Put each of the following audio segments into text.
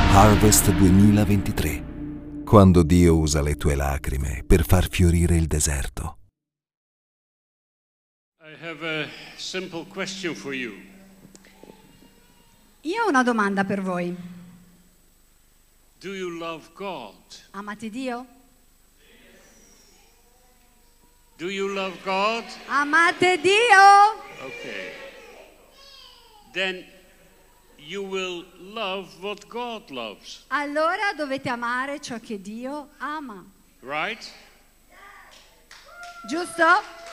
Harvest 2023. Quando Dio usa le tue lacrime per far fiorire il deserto. I have a simple question for you. Io ho una domanda per voi. Do you love God? Amate Dio? Do you love God? Amate Dio? Okay. Then you will love what God loves, Allora dovete amare ciò che Dio ama, right? giusto?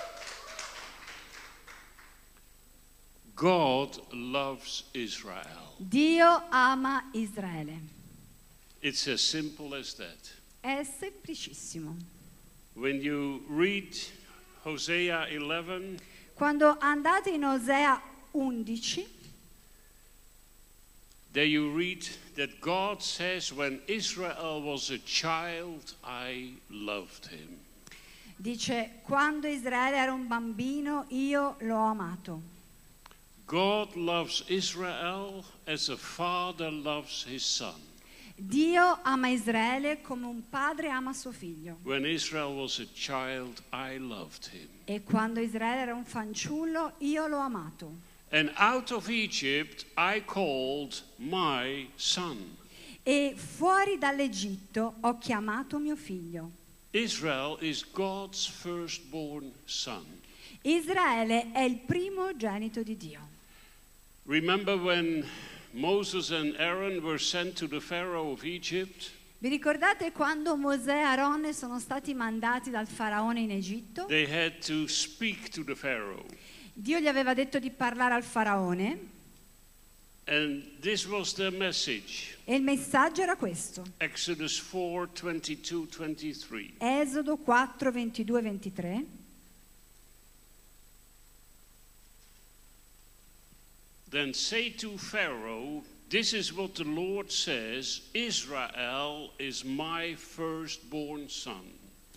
God loves Israel. Dio ama Israele. It's as simple as that. È semplicissimo. When you read Hosea 11, Quando andate in Osea 11, there you read that God says, when Israel was a child, I loved him. dice: quando Israele era un bambino io l'ho amato. God loves Israel as a father loves his son. Dio ama Israele come un padre ama suo figlio. When Israel was a child, I loved him. E quando Israele era un fanciullo io l'ho amato. And out of Egypt I called my son. E fuori dall'Egitto ho chiamato mio figlio. Israel is God's firstborn son. Israele è il primogenito di Dio. Remember when Moses and Aaron were sent to the Pharaoh of Egypt? Vi ricordate quando Mosè e Aronne sono stati mandati dal faraone in Egitto? They had to speak to the Pharaoh. Dio gli aveva detto di parlare al faraone And this was their message. e il messaggio era questo. Exodus 4, 22, 23. Esodo 4, 22 e 23. Then say to Pharaoh, this is what the Lord says, Israel is my firstborn son.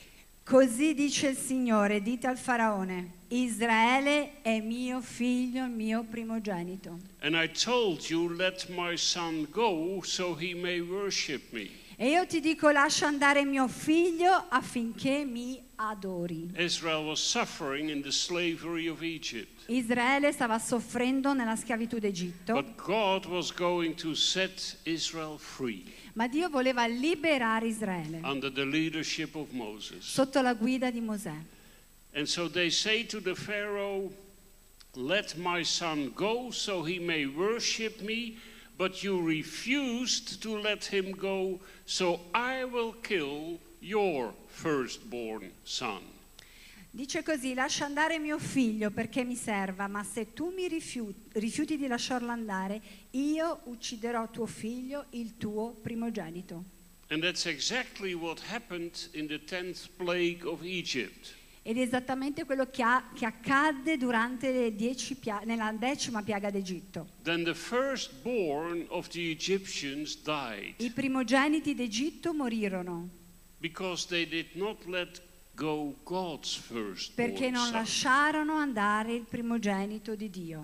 Così dice il Signore, dite al faraone: Israele è mio figlio, mio primogenito. And I told you, let my son go so he may worship me. E io ti dico: lascia andare mio figlio affinché mi adori. Israel was suffering in the slavery of Egypt. Israele stava soffrendo nella schiavitù d'Egitto, But God was going to set Israel free ma Dio voleva liberare Israele under the leadership of Moses. sotto la guida di Mosè. And so they say to the Pharaoh, let my son go so he may worship me, but you refused to let him go, so I will kill your firstborn son. Dice così: lascia andare mio figlio perché mi serva, ma se tu mi rifiuti di lasciarlo andare, io ucciderò tuo figlio, il tuo primogenito. And that's exactly what happened in the 10th plague of Egypt. Ed è esattamente quello che accadde durante nella 10ª piaga d'Egitto. Then the firstborn of the Egyptians died I primogeniti d'Egitto morirono because they did not let go God's firstborn perché non son. lasciarono andare il primogenito di Dio.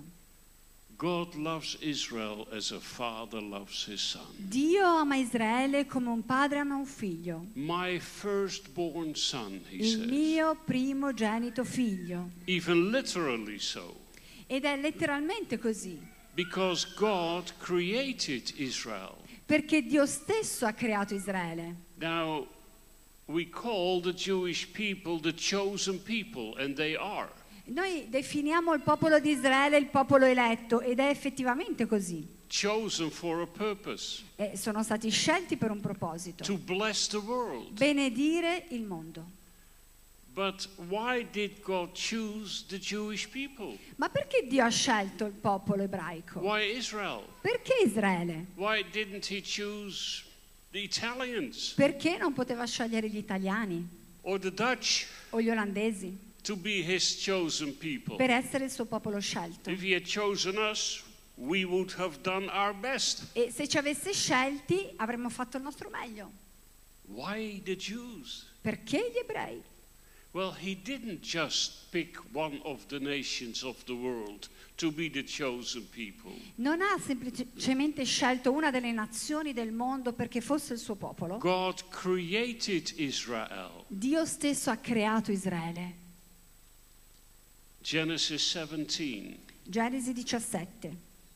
God loves Israel as a father loves his son. Dio ama Israele come un padre ama un figlio. My firstborn son, he Il says. mio primogenito figlio. Even literally so. Ed è letteralmente così, Because God created Israel. perché Dio stesso ha creato Israele. Now, we call the Jewish people the chosen people, and they are. Noi definiamo il popolo di Israele il popolo eletto, ed è effettivamente così. Chosen for a purpose. E sono stati scelti per un proposito: To bless the world. benedire il mondo. But why did God choose the Jewish people? Ma perché Dio ha scelto il popolo ebraico? Why Israel? Perché Israele? Why didn't he choose the Italians Perché non poteva scegliere gli italiani or the Dutch o gli olandesi to be his chosen people? per essere il suo popolo scelto? If he had chosen us, we would have done our best. E se ci avesse scelti avremmo fatto il nostro meglio. Why the Jews? Perché gli ebrei? Well, he didn't just pick one of the nations of the world to be the chosen people. Non ha semplicemente scelto una delle nazioni del mondo perché fosse il suo popolo. God created Israel. Dio stesso ha creato Israele. Genesis 17, Genesi 17,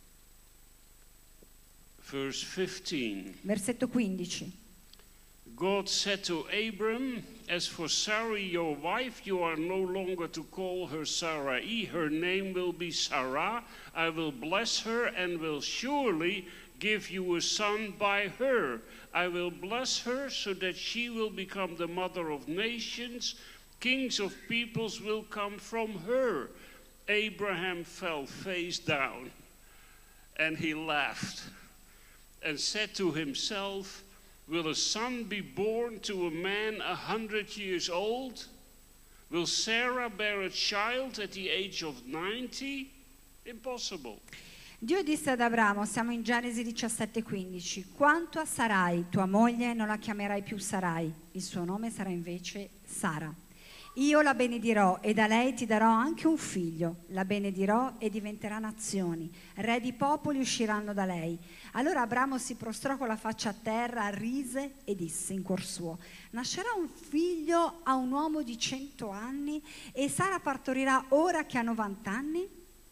verse 15. versetto 15. God said to Abram, as for Sarai your wife, you are no longer to call her Sarai. Her name will be Sarah. I will bless her and will surely give you a son by her. I will bless her so that she will become the mother of nations. Kings of peoples will come from her. Abraham fell face down and he laughed and said to himself, will a son be born to a man 100 years old? Will Sarah bear a child at the age of 90? Impossible. Dio disse ad Abramo, siamo in Genesi 17,15, quanto a Sarai, tua moglie, non la chiamerai più Sarai, il suo nome sarà invece Sara. Io la benedirò e da lei ti darò anche un figlio, la benedirò e diventerà nazioni, re di popoli usciranno da lei. Allora Abramo si prostrò con la faccia a terra, rise e disse in cuor suo, nascerà un figlio a un uomo di 100 anni e Sara partorirà ora che ha 90 anni?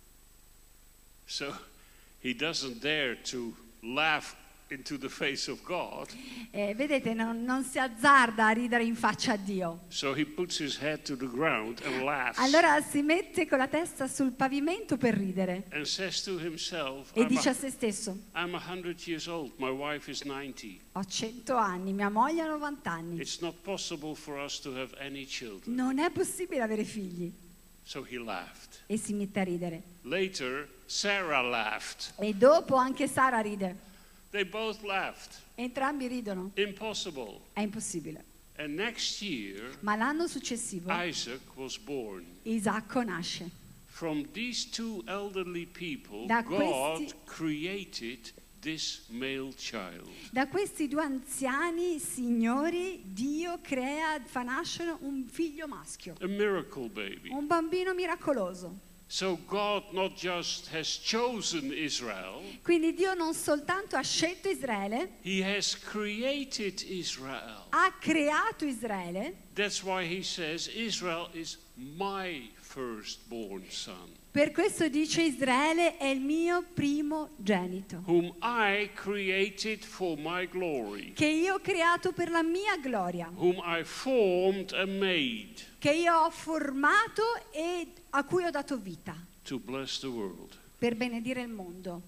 So he doesn't dare to laugh into the face of God. Vedete, non si azzarda a ridere in faccia a Dio. So he puts his head to the ground and laughs. Allora si mette con la testa sul pavimento per ridere And says to himself, e dice a se stesso, I'm 100 years old, my wife is 90. ho 100 anni, mia moglie ha 90 anni. It's not possible for us to have any children. Non è possibile avere figli. So he laughed. E si mette a ridere. Later, Sarah laughed. E dopo anche Sara ride. They both laughed. Entrambi ridono. Impossible. È impossibile. And next year, Ma l'anno successivo Isaac was born. Isacco nasce. From these two elderly people, Da God questi- created this male child. Da questi due anziani signori Dio fa nascere un figlio maschio, A miracle baby. un bambino miracoloso. So God not just has chosen Israel, Quindi Dio non soltanto ha scelto Israele, he has created Israel. ha creato Israele. That's why he says Israel is my firstborn son, Per questo dice Israele è il mio primogenito, whom I created for my glory, che io ho creato per la mia gloria, whom I formed and made che io ho formato e a cui ho dato vita, to bless the world. per benedire il mondo.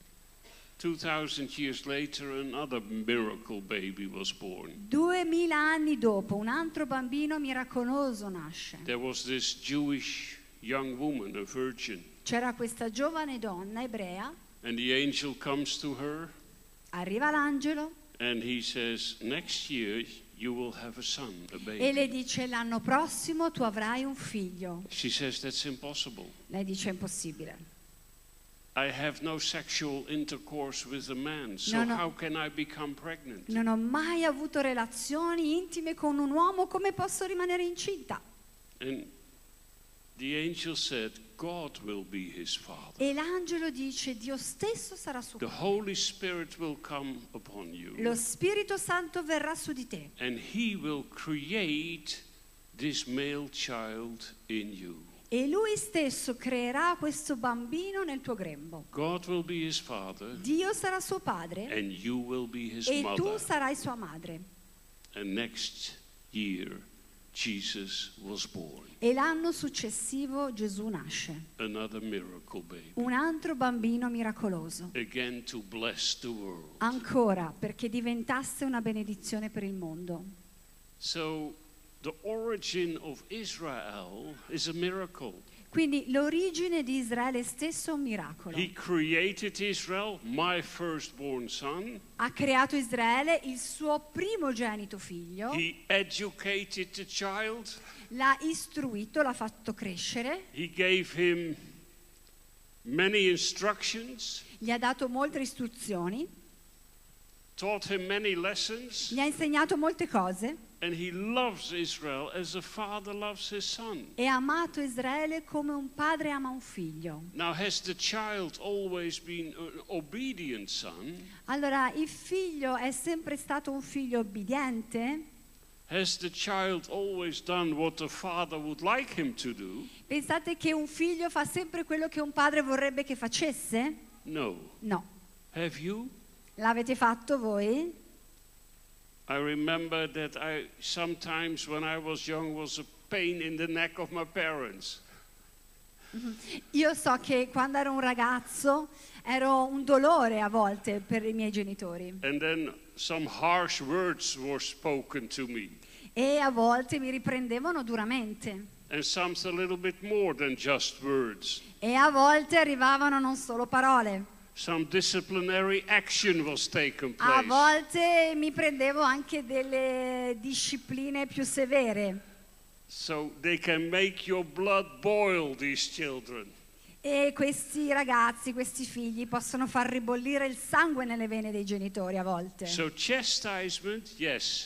2,000 years later, another miracle baby was born. 2000 anni dopo, un altro bambino miracoloso nasce. There was this Jewish young woman, a virgin, C'era questa giovane donna ebrea, and the angel comes to her arriva l'angelo and he says, next year you will have a son, a e baby. le dice l'anno prossimo tu avrai un figlio. She says, that's impossible. Lei dice è impossibile. I have no sexual intercourse with a man, so No, no. how can I become pregnant? Non ho mai avuto relazioni intime con un uomo, come posso rimanere incinta? And the angel said, God will be his father. E l'angelo dice Dio stesso sarà suo The padre. Holy Spirit will come upon you, Lo Spirito Santo verrà su di te and he will create this male child in you. e lui stesso creerà questo bambino nel tuo grembo. God will be his father, Dio sarà suo padre and you will be his e tu mother. sarai sua madre. And next year, Jesus was born. E l'anno successivo Gesù nasce, Another miracle baby. un altro bambino miracoloso, Again to bless the world. ancora perché diventasse una benedizione per il mondo. So the origin of Israel is a miracle. Quindi l'origine di Israele stesso è un miracolo. He created Israel, my firstborn son. Ha creato Israele, il suo primogenito figlio, He educated the child. l'ha istruito, l'ha fatto crescere, He gave him many instructions, gli ha dato molte istruzioni, taught him many lessons, gli ha insegnato molte cose And he loves Israel as a father loves his son. E ha amato Israele come un padre ama un figlio. Now, has the child always been an obedient son? Allora, il figlio è sempre stato un figlio obbediente? Has the child always done what the father would like him to do? Pensate che un figlio fa sempre quello che un padre vorrebbe che facesse? No. No. Have you? L'avete fatto voi? I remember that I sometimes when I was young was a pain in the neck of my parents. Io so che quando ero un ragazzo ero un dolore a volte per i miei genitori And then some harsh words were spoken to me. e a volte mi riprendevano duramente And some a little bit more than just words. e a volte arrivavano non solo parole, Some disciplinary action was taken a place. volte mi prendevo anche delle discipline più severe So they can make your blood boil, these children. e questi ragazzi, questi figli possono far ribollire il sangue nelle vene dei genitori a volte. So chastisement, yes.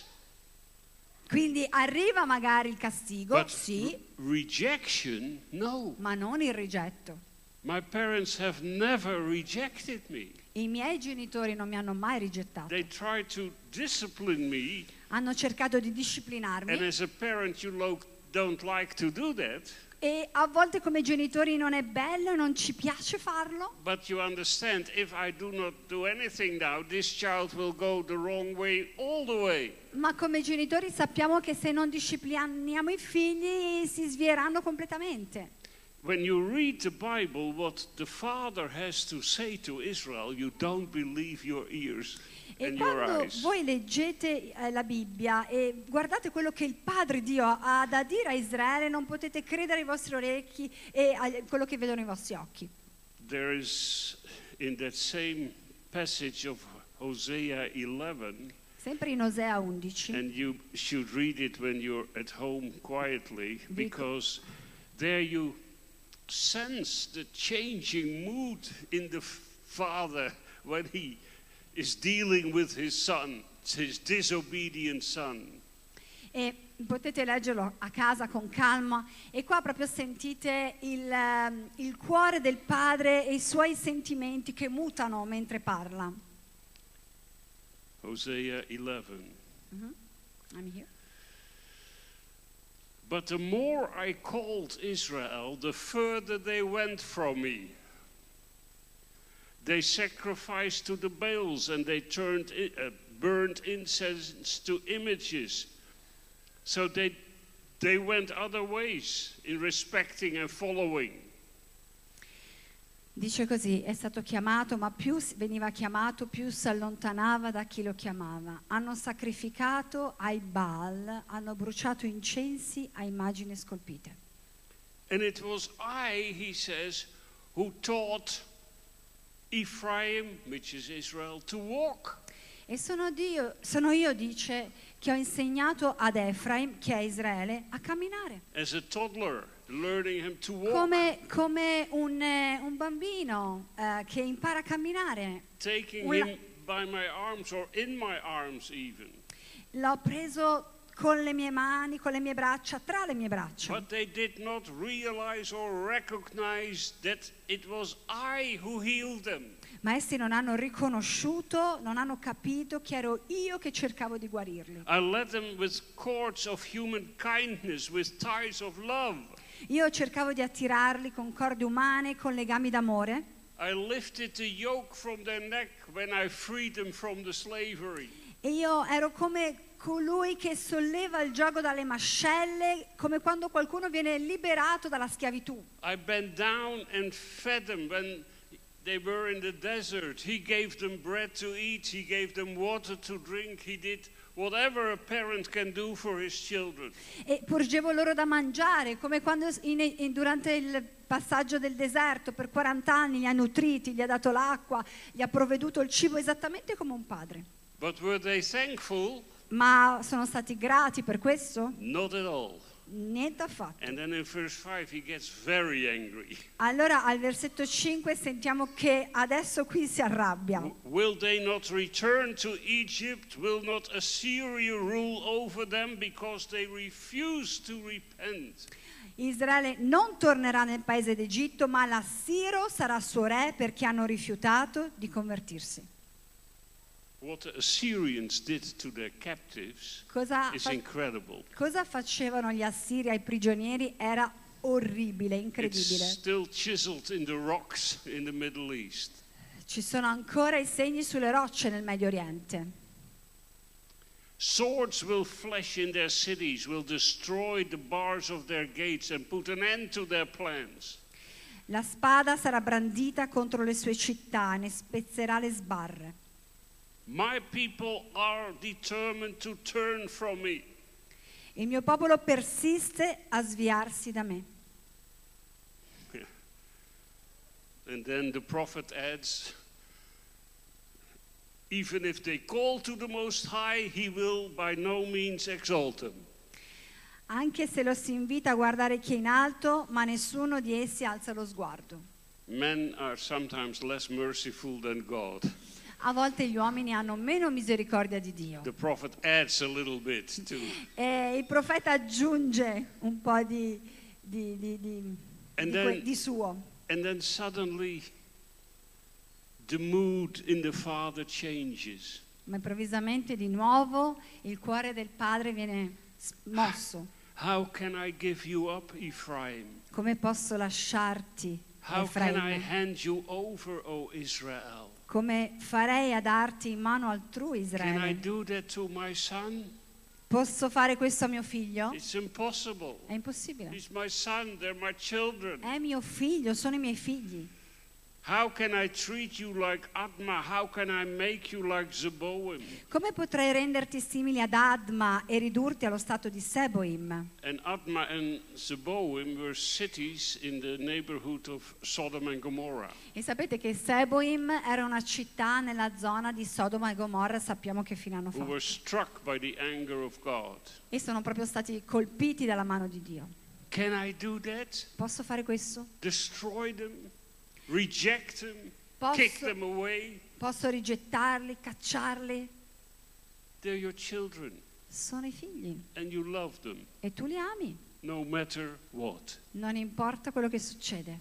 Quindi arriva magari il castigo, But sì, rejection, no. ma non il rigetto. My parents have never rejected me. I miei genitori non mi hanno mai rigettato. They tried to discipline me, Hanno cercato di and disciplinarmi as a parent you don't like to do that, e a volte come genitori non è bello e non ci piace farlo, but you understand, if I do not do anything now, this child will go the wrong way all the way. ma come genitori sappiamo che se non discipliniamo i figli si svieranno completamente. When you read the Bible, what the Father has to say to Israel, you don't believe your ears E and your quando eyes. voi leggete la Bibbia e guardate quello che il Padre Dio ha da dire a Israele, non potete credere ai vostri orecchi e a quello che vedono i vostri occhi. There is, in that same passage of Hosea 11, Sempre in Osea 11, and you should read it when you're at home quietly, because there you sense the changing mood in the father when he is dealing with his son, his disobedient son. e potete leggerlo a casa con calma e qua proprio sentite il cuore del Padre e i suoi sentimenti che mutano mentre parla. Hosea 11. I'm here. But the more I called Israel, the further they went from me. They sacrificed to the Baals and they burned incense to images. So they went other ways in respecting and following. Dice così, è stato chiamato, ma più veniva chiamato, più si allontanava da chi lo chiamava. Hanno sacrificato ai Baal, hanno bruciato incensi a immagini scolpite. And it was I, he says, who taught Ephraim, which is Israel, to walk. E sono io, dice, che ho insegnato ad Efraim, che è Israele, a camminare. As a toddler, learning him to walk. Come un bambino che impara a camminare. Taking him by my arms or in my arms even. L'ho preso con le mie mani, con le mie braccia, tra le mie braccia. But they did not realize or recognize that it was I who healed them. Ma essi non hanno riconosciuto, non hanno capito che ero io che cercavo di guarirli. I led them with cords of human kindness, with ties of love. Io cercavo di attirarli con corde umane, con legami d'amore. I lifted the yoke from their neck when I freed them from the slavery. E io ero come colui che solleva il giogo dalle mascelle, come quando qualcuno viene liberato dalla schiavitù. I bent down and fed them when they were in the desert. He gave them bread to eat. He gave them water to drink. He did whatever a parent can do for his children. E porgevo loro da mangiare, come quando durante il passaggio del deserto per 40 anni li ha nutriti, gli ha dato l'acqua, gli ha provveduto il cibo esattamente come un padre. But were they thankful? Ma sono stati grati per questo? Not at all. Niente affatto. And then in verse 5 he gets very angry. Allora al versetto 5 sentiamo che adesso qui si arrabbia. Will they not return to Egypt? Will not Assyria rule over them because they refuse to repent? Israele non tornerà nel paese d'Egitto, ma l'Assiro sarà suo re perché hanno rifiutato di convertirsi. What the Assyrians did to their captives is incredible. Cosa facevano gli assiri ai prigionieri era orribile, It's incredibile. still chiseled in the rocks in the Middle East. Ci sono ancora i segni sulle rocce nel Medio Oriente. Swords will flash in their cities, will destroy the bars of their gates and put an end to their plans. La spada sarà brandita contro le sue città, ne spezzerà le sbarre. My people are determined to turn from me. Il mio popolo persiste a sviarsi da me. And then the prophet adds, even if they call to the Most High, he will by no means exalt them. Anche se lo si invita a guardare chi è in alto, ma nessuno di essi alza lo sguardo. Men are sometimes less merciful than God. A volte gli uomini hanno meno misericordia di Dio. The prophet adds a little bit too. E il profeta aggiunge un po' di suo. And then suddenly the mood in the father changes. Ma improvvisamente di nuovo il cuore del padre viene mosso. How can I give you up, Ephraim? Come posso lasciarti, How can I Efraim? hand you over, O Israel? Come farei a darti in mano altrui, Can I Israele? do that to my son? Posso fare questo a mio figlio? It's impossible. È impossibile. He's my son, they're my children. È mio figlio, sono i miei figli. How can I treat you like Adma? How can I make you like Zeboim? Come potrei renderti simili ad Adma e ridurti allo stato di Seboim? And Adma and Zeboim were cities in the neighborhood of Sodom and Gomorrah. E sapete che Seboim era una città nella zona di Sodoma e Gomorra, sappiamo che fine hanno Who were fatto. struck by the anger of God. E sono proprio stati colpiti dalla mano di Dio. Can I do that? Posso fare questo? Destroy them? Reject them? Posso- Kick them away? Posso rigettarli, cacciarli? They're your children Sono i figli and you love them e tu li ami, no matter what. non importa quello che succede.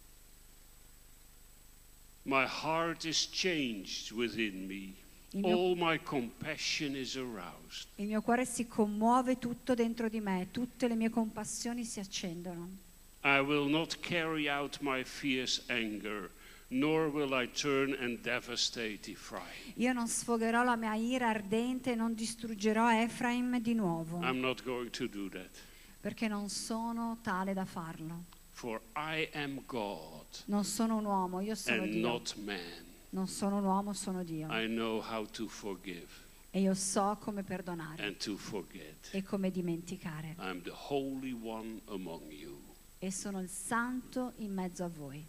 My heart is changed within me. Il mio, All my compassion is aroused. il mio cuore si commuove tutto dentro di me, tutte le mie compassioni si accendono. I will not carry out my fierce anger, nor will I turn and devastate Ephraim. Io non sfogherò la mia ira ardente e non distruggerò Efraim di nuovo, I'm not going to do that. perché non sono tale da farlo. For I am God Non sono un uomo, io sono and Dio. not man. Non sono un uomo, sono Dio. I know how to forgive E io so come perdonare and to forget. e come dimenticare. I'm the Holy One among you. E sono il santo in mezzo a voi.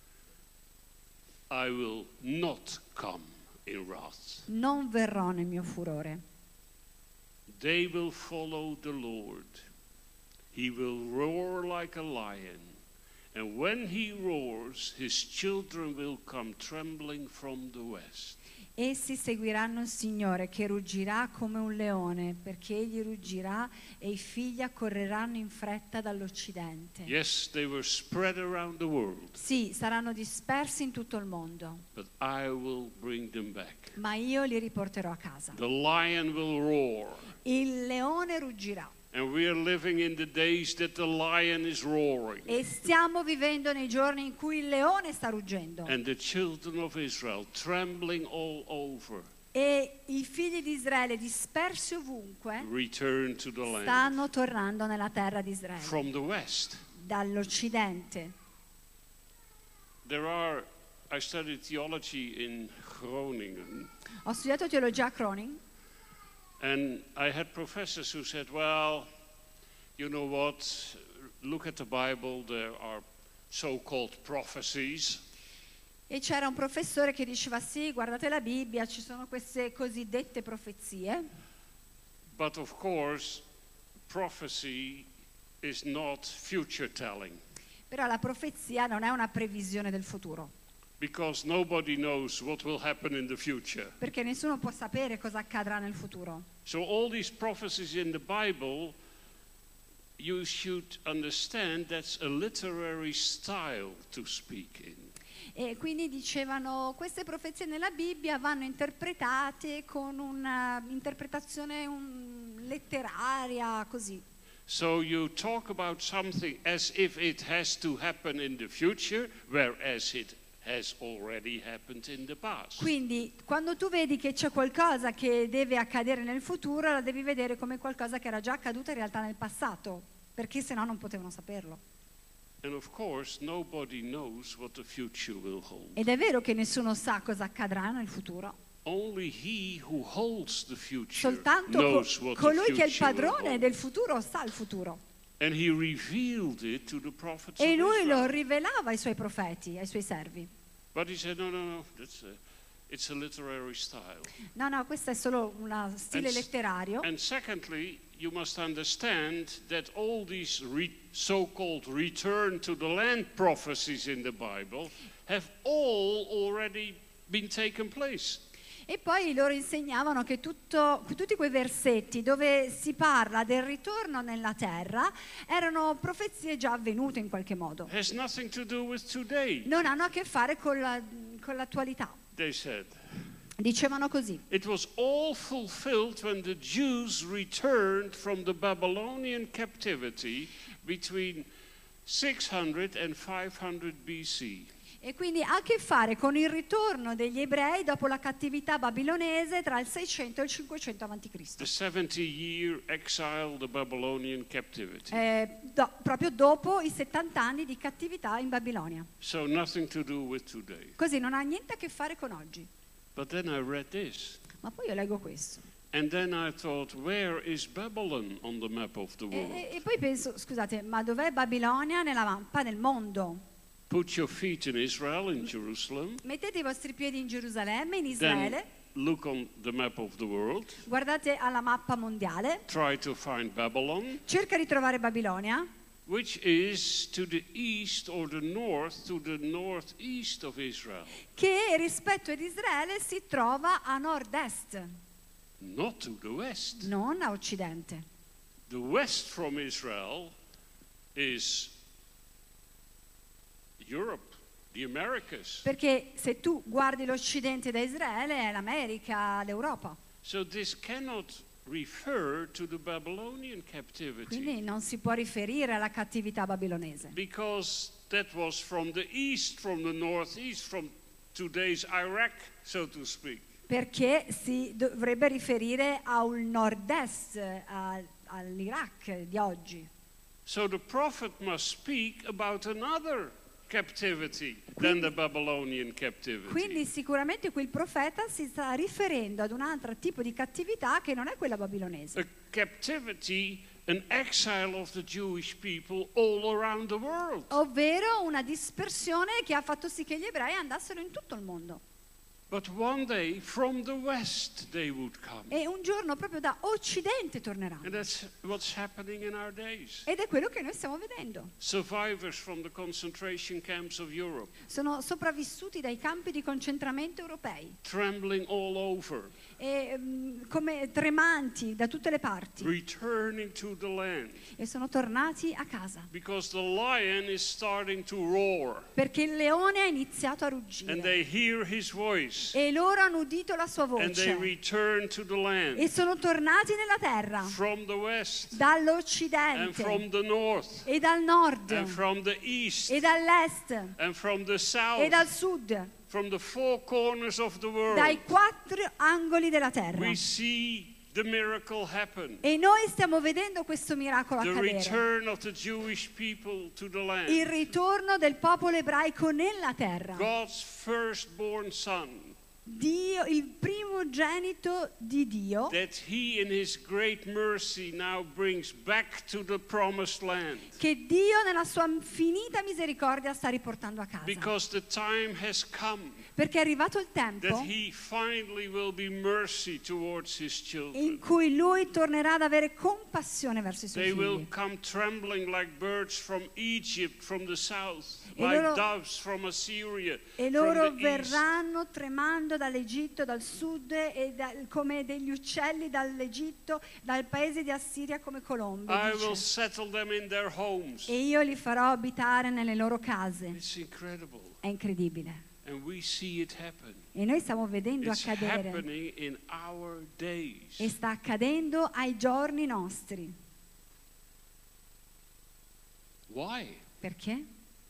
I will not come in wrath. Non verrò nel mio furore. They will follow the Lord. He will roar like a lion. And when he roars, his children will come trembling from the west. Essi seguiranno il Signore che ruggirà come un leone, perché egli ruggirà e i figli accorreranno in fretta dall'Occidente. Yes, they were spread around the world, Sì, saranno dispersi in tutto il mondo, but I will bring them back. ma io li riporterò a casa. The lion will roar. Il leone ruggirà. And we are living in the days that the lion is roaring. E stiamo vivendo nei giorni in cui il leone sta ruggendo. And the children of Israel trembling all over E i figli di Israele dispersi ovunque return to the land stanno tornando nella terra di Israele, from the west. dall'Occidente. I studied theology in Groningen. Ho studiato teologia a Groningen. And I had professors who said, well, you know what, look at the Bible, there are so-called prophecies. E c'era un professore che diceva sì, guardate la Bibbia, ci sono queste cosiddette profezie, But of course, prophecy is not future telling, Però la profezia non è una previsione del futuro, because nobody knows what will happen in the future. perché nessuno può sapere cosa accadrà nel futuro. So all these prophecies in the Bible, you should understand that's a literary style to speak in. E quindi dicevano, queste profezie nella Bibbia vanno interpretate con un'interpretazione letteraria, così. So you talk about something as if it has to happen in the future, whereas it has already happened in the past. Quindi quando tu vedi che c'è qualcosa che deve accadere nel futuro, la devi vedere come qualcosa che era già accaduto in realtà nel passato, perché sennò non potevano saperlo. And of course, nobody knows what the future will hold. Ed è vero che nessuno sa cosa accadrà nel futuro. Only he who holds the future Soltanto knows what the colui che è il future will padrone hold. del futuro sa il futuro. And he revealed it to the prophets E of lui lo Israel. rivelava ai suoi profeti, ai suoi servi. But he said, no, it's a literary style. No, questo è solo uno stile And s- letterario. And secondly, you must understand that all these so-called return to the land prophecies in the Bible have all already been taken place. E poi loro insegnavano che tutti quei versetti dove si parla del ritorno nella terra erano profezie già avvenute in qualche modo. Has nothing to do with today, Non hanno a che fare con l'attualità. they said. Dicevano così. It was all fulfilled when the Jews returned from the Babylonian captivity between 600 and 500 BC. E quindi ha a che fare con il ritorno degli ebrei dopo la cattività babilonese tra il 600 e il 500 a.C. The 70-year exile, the Babylonian captivity. Proprio dopo i 70 anni di cattività in Babilonia. So nothing to do with today. Così non ha niente a che fare con oggi. But then I read this. Ma poi io leggo questo. And then I thought, where is Babylon on the map of the world? E poi penso, scusate, ma dov'è Babilonia nella mappa del mondo? Put your feet in Israel, in Jerusalem. Mettete i vostri piedi in Gerusalemme, in Then Israele, look on the map of the world. guardate alla mappa mondiale, Try to find Babylon, cerca di trovare Babilonia, which is to the east or the north, to the northeast of Israel. che rispetto ad Israele si trova a nord-est, Not to the west. non a occidente. The west from Israel is Europe, the Americas. Perché se tu guardi l'occidente da Israele è l'America, l'Europa. So this cannot refer to the Babylonian captivity, Quindi non si può riferire alla cattività babilonese. because that was from the east, from the northeast, from today's Iraq, so to speak. Perché si dovrebbe riferire a un nord-est, all'Iraq di oggi. So the prophet must speak about another captivity than the Babylonian captivity. Quindi sicuramente qui il profeta si sta riferendo ad un altro tipo di cattività che non è quella babilonese. A captivity, an exile of the Jewish people all around the world. Ovvero una dispersione che ha fatto sì che gli ebrei andassero in tutto il mondo. But one day from the west they would come. E un giorno proprio da occidente torneranno. And that's what's happening in our days. Ed è quello che noi stiamo vedendo. Survivors from the concentration camps of Europe, Sono sopravvissuti dai campi di concentramento europei. trembling all over, E come tremanti da tutte le parti. returning to the land. E sono tornati a casa. Because the lion is starting to roar. Perché il leone ha iniziato a And ruggire. they hear his voice. E loro hanno udito la sua And they voce. return to the E land. sono tornati nella terra. From the west. And Dall'occidente. from the north. E dal nord. And from the east. E dall'est. And from the E south. dal sud. From the four corners of the world. Dai 4 angoli della terra. We see the miracle happen. E noi stiamo vedendo questo miracolo The accadere. return of the Jewish people to the Il land. ritorno del popolo ebraico nella terra. God's firstborn son. Dio, il primogenito di Dio, That he in his great mercy now brings back to the promised land. che Dio nella sua infinita misericordia sta riportando a casa. Because the time has come Perché è arrivato il that tempo he finally will be mercy towards his children. in cui lui tornerà ad avere compassione verso i suoi They will figli. come trembling like birds from Egypt, from the south, E like loro- doves from Assyria, E from loro the east. verranno tremando dall'Egitto, dal sud, e come degli uccelli dall'Egitto, dal paese di Assiria come colombe. I will Dice. settle them in their homes. E io li farò abitare nelle loro case. It's incredible. È incredibile. And we see it happen. E noi stiamo vedendo It's accadere. happening in our days. E sta accadendo ai giorni nostri. Why? Perché?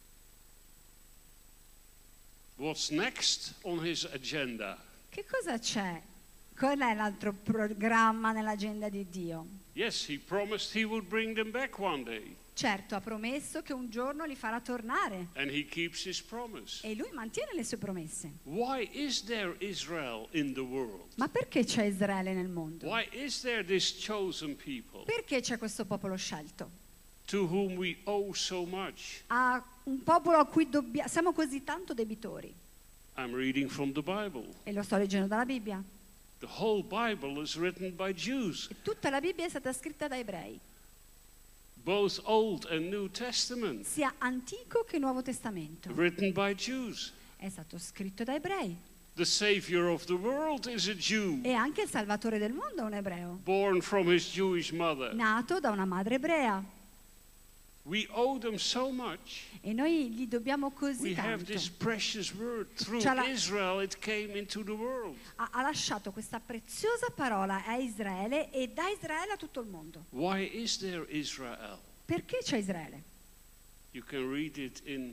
What's next on his agenda? Che cosa c'è? Qual è l'altro programma nell'agenda di Dio? Yes, he promised he would bring them back one day. Certo, ha promesso che un giorno li farà tornare. And he keeps his promise. E lui mantiene le sue promesse. Why is there Israel in the world? Ma perché c'è Israele nel mondo? Why is there this chosen people Perché c'è questo popolo scelto? to whom we owe so much? A un popolo a cui siamo così tanto debitori. I'm reading from the Bible. E lo sto leggendo dalla Bibbia. The whole Bible is written by Jews, E tutta la Bibbia è stata scritta da ebrei, both Old and New Testament, sia Antico che Nuovo Testamento. written by Jews. È stato scritto da ebrei. The Savior of the world is a Jew, E anche il Salvatore del mondo è un ebreo, born from his Jewish mother. nato da una madre ebrea. We owe them so much. E noi gli dobbiamo così We have tanto. this precious word. Through C'ha la- Israel it came into the world. Ha lasciato questa preziosa parola a Israele e da Israele a tutto il mondo. Why is there Israel? Perché c'è Israele? You can read it in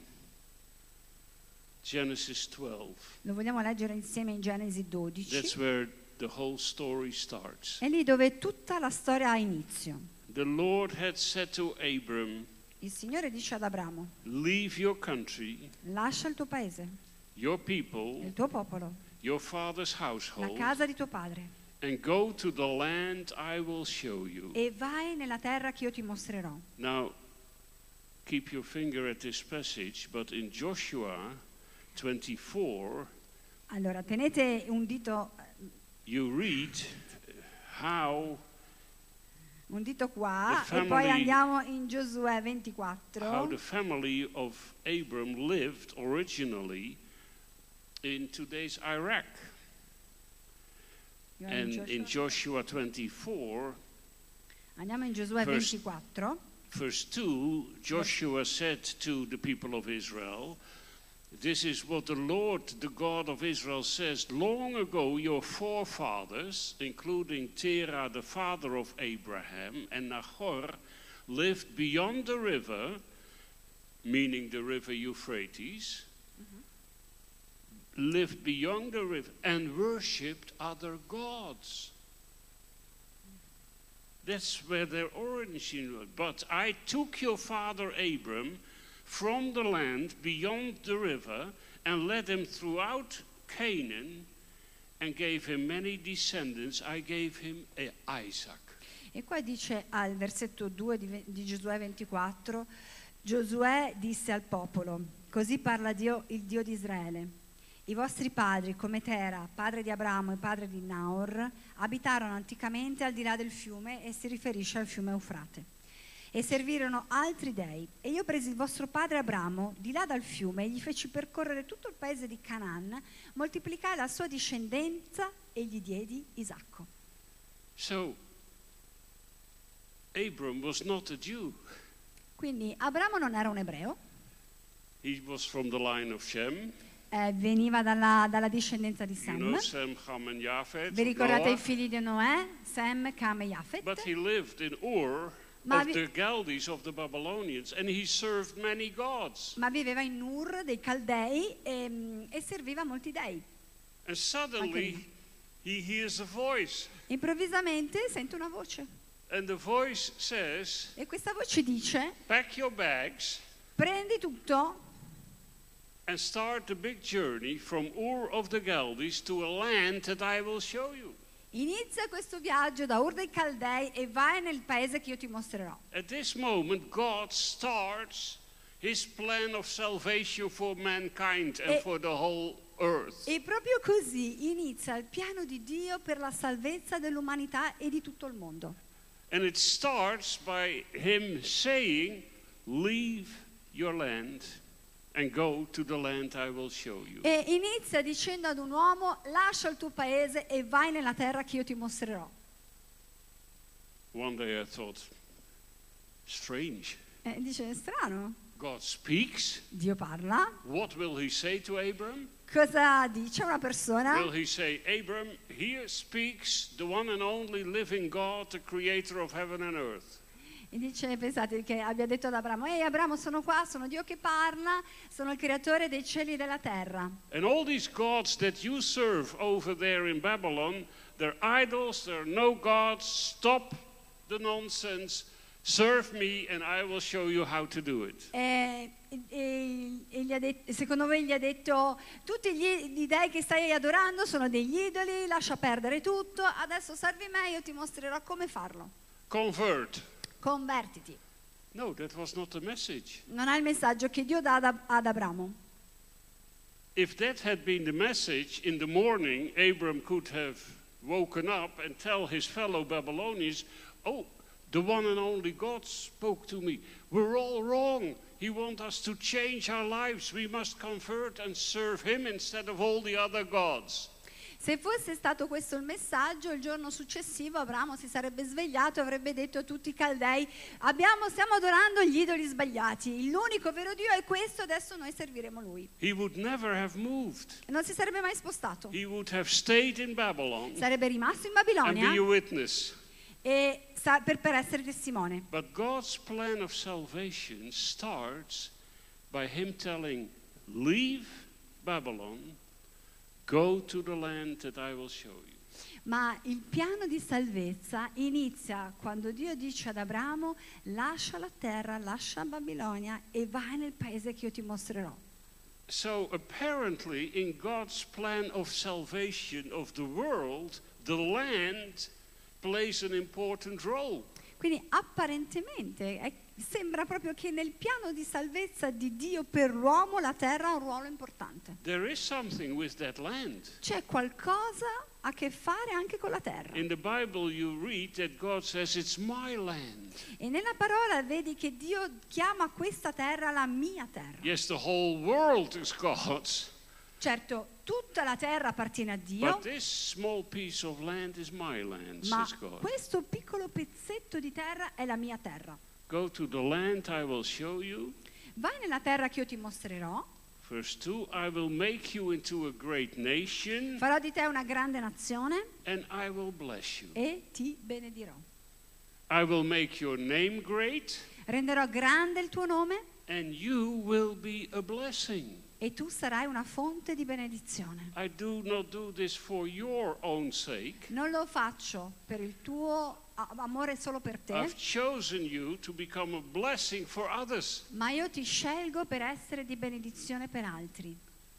Genesis 12. Lo vogliamo leggere insieme in Genesi That's 12. where the whole story starts. È lì dove tutta la storia ha inizio. The Lord had said to Abram, Il Signore dice ad Abramo: leave your country, lascia il tuo paese, your people, il tuo popolo, your father's la household, casa di tuo padre, and go to the land I will show you. e vai nella terra che io ti mostrerò. Now, keep your finger at this passage, but in Joshua 24, Allora, tenete un dito you read how qua The e poi family- andiamo in Giosuè how 24. the family of Abram lived originally in today's Iraq. And in Joshua 24, Andiamo in Giosuè Verse- 24. verse 2, Joshua said to the people of Israel, this is what the Lord, the God of Israel, says. Long ago, your forefathers, including Terah, the father of Abraham, and Nahor, lived beyond the river, meaning the river Euphrates, lived beyond the river and worshipped other gods. That's where their origin was. But I took your father Abram from the land beyond the river and led him throughout Canaan and gave him many descendants. I gave him Isaac. E qua dice al versetto 2 di Giosuè 24, Giosuè disse al popolo, così parla Dio, il Dio di Israele. I vostri padri, come Tera, padre di Abramo e padre di Nahor, abitarono anticamente al di là del fiume, e si riferisce al fiume Eufrate. E servirono altri dei. E io presi il vostro padre Abramo di là dal fiume e gli feci percorrere tutto il paese di Canaan, moltiplicai la sua discendenza e gli diedi Isacco. So, Abram was not a Jew. Quindi Abramo non era un ebreo, He was from the line of Shem. veniva dalla discendenza di You know Sem. Sem, Ham, and Japheth. Vi ricordate Noah? i figli di Noè? Sem, Cam e But Jafet? he lived in Ur Ma of vi- the Chaldees of the Babylonians, and he served many gods. Ma viveva in Ur dei Caldei e serviva molti dei. And suddenly he hears a voice, Improvvisamente sente una voce and the voice says, e questa voce dice: pack your bags prendi tutto and start the big journey from Ur of the Chaldees to a land that I will show you. inizia questo viaggio da Ur dei Caldei e vai nel paese che io ti mostrerò. At this moment, God starts his plan of salvation for mankind and E- for the whole earth. E proprio così inizia il piano di Dio per la salvezza dell'umanità e di tutto il mondo. And it starts by him saying, leave your land and go to the land I will show you. E inizia dicendo ad un uomo: lascia il tuo paese e vai nella terra che io ti mostrerò. One day I thought, strange. E dice: è strano, God speaks. Dio parla. What will he say to Abram? Cosa dice una persona? Will he say, Abram, here speaks the one and only living God, the creator of heaven and earth? E dice, pensate che abbia detto ad Abramo: ehi Abramo, sono qua, sono Dio che parla, sono il creatore dei cieli e della terra. And all these gods that you serve over there in Babylon, they're idols, they're no gods. Stop the nonsense. Serve me and I will show you how to do it. E gli ha secondo me gli ha detto: tutti gli dei che stai adorando sono degli idoli, lascia perdere tutto, adesso servi me, io ti mostrerò come farlo. Convert. Convertiti. No, that was not the message. Non è il messaggio che Dio dà ad Abramo. If that had been the message, in the morning Abram could have woken up and tell his fellow Babylonians, oh, the one and only God spoke to me. We're all wrong. He wants us to change our lives. We must convert and serve him instead of all the other gods. Se fosse stato questo il messaggio, il giorno successivo Abramo si sarebbe svegliato e avrebbe detto a tutti i Caldei: stiamo adorando gli idoli sbagliati, l'unico vero Dio è questo, adesso noi serviremo lui. He would never have moved. Non si sarebbe mai spostato. He would have stayed in Babylon Sarebbe rimasto in and be Babilonia a witness. e per essere testimone. But God's plan of salvation starts by him telling, leave Babylon, go to the land that I will show you. Ma il piano di salvezza inizia quando Dio dice ad Abramo: lascia la terra, lascia Babilonia e vai nel paese che io ti mostrerò. So apparently in God's plan of salvation of the world, the land plays an important role. Quindi apparentemente sembra proprio che nel piano di salvezza di Dio per l'uomo la terra ha un ruolo importante. There is something with that land. C'è qualcosa a che fare anche con la terra. In the Bible you read that God says it's my land. E nella parola vedi che Dio chiama questa terra la mia terra. Yes, the whole world is God's. Certo, tutta la terra appartiene a Dio, But this small piece of land is my land, ma says God. questo piccolo pezzetto di terra è la mia terra. Go to the land I will show you. Vai nella terra che io ti mostrerò, Verse 2, I will make you into a great nation farò di te una grande nazione and I will bless you. e ti benedirò. I will make your name great Renderò grande il tuo nome and you will be a blessing. e tu sarai una fonte di benedizione. I do not do this for your own sake. Non lo faccio per il tuo amore solo per te, I've chosen you to become a blessing for others. ma io ti scelgo per essere di benedizione per altri.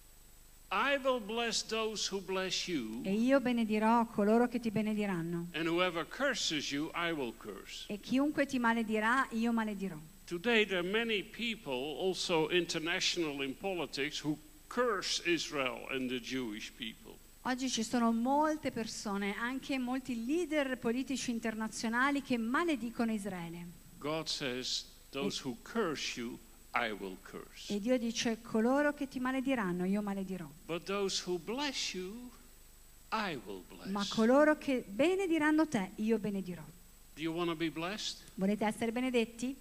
I will bless those who bless you, E io benedirò coloro che ti benediranno. and whoever curses you, I will curse. E chiunque ti maledirà, io maledirò. Today there are many people, also international in politics, who curse Israel and the Jewish people. Oggi ci sono molte persone, anche molti leader politici internazionali che maledicono Israele. God says, those who curse you, I will curse. E Dio dice: coloro che ti malediranno, io maledirò. But those who bless you, I will Ma bless. coloro che benediranno te, io benedirò. Do you want to be blessed? Volete essere benedetti?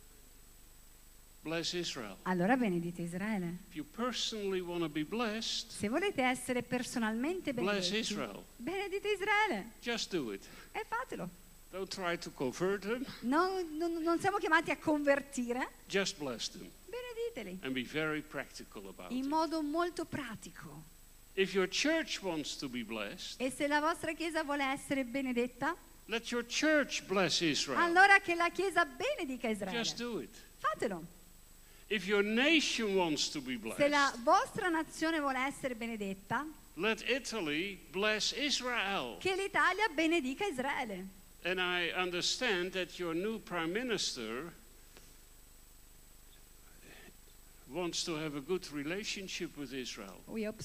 Bless Israel. Allora benedite Israele. If you personally want to be blessed, Se volete essere personalmente bless benedetti, Israel. benedite Israele Just do it. e fatelo. Don't try to convert them. Non siamo chiamati a convertire, Just bless them benediteli and be very practical about in it. modo molto pratico. If your church wants to be blessed, E se la vostra chiesa vuole essere benedetta, let your church bless Israel. allora che la chiesa benedica Israele. Just do it. Fatelo. If your nation wants to be Se la blessed, vostra nazione vuole essere benedetta, let Italy bless Israel. che l'Italia benedica Israele. And I understand that your new prime minister wants to have a good relationship with Israel.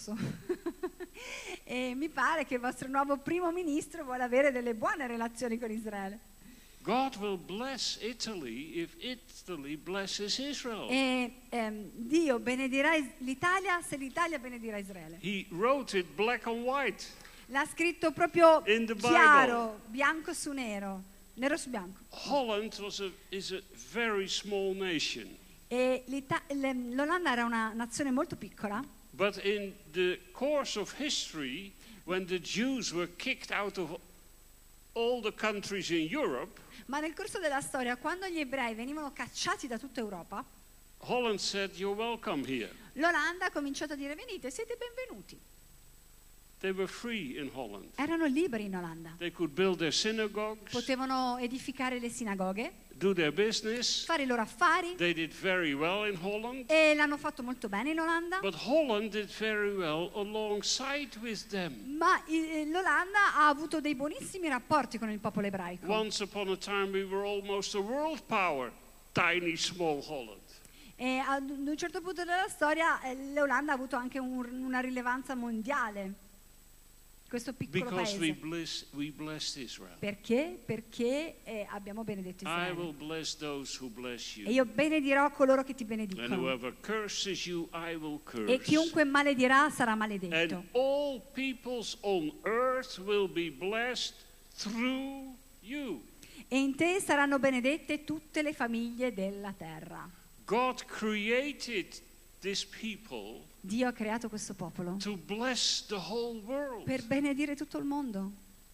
E mi pare che il vostro nuovo primo ministro vuole avere delle buone relazioni con Israele. God will bless Italy if Italy blesses Israel. E Dio benedirà l'Italia se l'Italia benedirà Israele. He wrote it black and white. L'ha scritto proprio In the chiaro, bianco su nero su bianco. Holland is a very small nation. E l'Olanda era una nazione molto piccola. But in the course of history, when the Jews were kicked out of all the countries in Europe, Ma nel corso della storia, quando gli ebrei venivano cacciati da tutta Europa, Holland said, "You're welcome here." l'Olanda ha cominciato a dire: venite, siete benvenuti. They were free in Holland. Erano liberi in Olanda. They could build their synagogues, Potevano edificare le sinagoghe, do their business. fare i loro affari, They did very well in Holland. e l'hanno fatto molto bene in Olanda. But Holland did very well alongside with them. Ma l'Olanda ha avuto dei buonissimi rapporti con il popolo ebraico. Once upon a time we were almost a world power, tiny small Holland. E ad un certo punto della storia l'Olanda ha avuto anche una rilevanza mondiale, questo piccolo Because paese. we blessed Israel. Perché? Perché abbiamo benedetto I Israele. will bless those who bless E you. io benedirò coloro che ti And benedicono. whoever curses you, I will E curse. chiunque maledirà sarà And maledetto. all peoples on earth will be blessed through you. E in te saranno benedette tutte le famiglie della terra. God created this people Dio ha creato questo popolo to bless the whole world. per benedire tutto il mondo.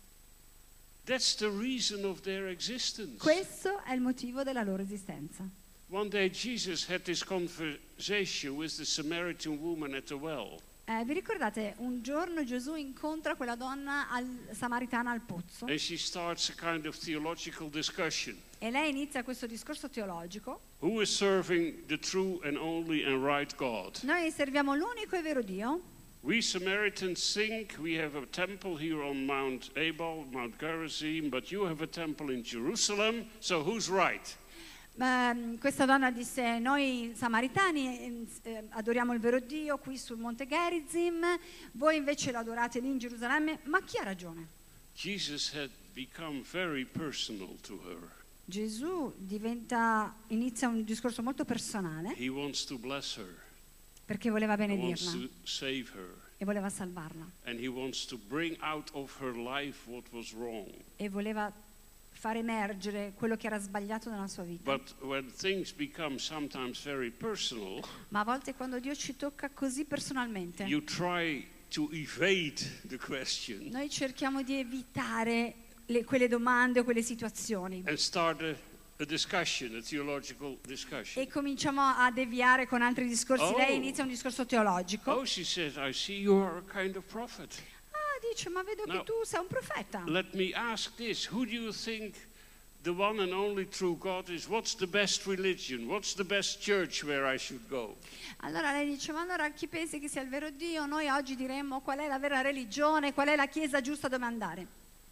That's the reason of their existence. Questo è il motivo della loro esistenza. One day Jesus had this conversation with the Samaritan woman at the well. Vi ricordate, un giorno Gesù incontra quella donna samaritana al pozzo And she starts a kind of theological discussion. e lei inizia questo discorso teologico. Who is serving the true and only and right God? Noi serviamo l'unico e vero Dio. We Samaritans think we have a temple here on Mount Ebal, Mount Gerizim, but you have a temple in Jerusalem, so who's right? Questa donna disse: noi samaritani adoriamo il vero Dio qui sul monte Gerizim, voi invece lo adorate lì in Gerusalemme, ma chi ha ragione? Jesus had become very personal to her. Gesù inizia un discorso molto personale He wants to bless her. perché voleva He wants benedirla to save her. e voleva salvarla And he wants to bring out of her life what was wrong. e voleva far emergere quello che era sbagliato nella sua vita. But when things become sometimes very personal, Ma a volte quando Dio ci tocca così personalmente, you try to evade the question noi cerchiamo di evitare quelle domande o quelle situazioni and start a discussion, a theological discussion. e cominciamo a deviare con altri discorsi. Oh. Lei inizia un discorso teologico. Oh, she says, I see you are a kind of prophet. Dice: ma vedo No. che tu sei un profeta. Let me ask this. Who do you think the one and only true God is? What's the best religion? What's the best church where I should go? Allora lei dice: ma allora chi pensi che sia il vero Dio? Noi oggi diremmo qual è la vera religione, qual è la chiesa giusta dove andare.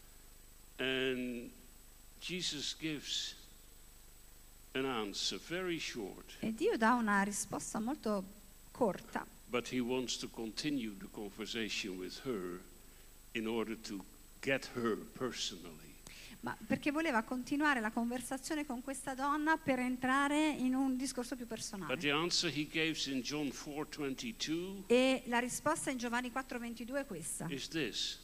And Jesus gives an answer, very short. E Dio dà una risposta molto corta, But he wants to continue the conversation with her in order to get her personally. ma perché voleva continuare la conversazione con questa donna per entrare in un discorso più But personale. the answer he gives in John 4:22 E la risposta in Giovanni 4:22 è questa: is this.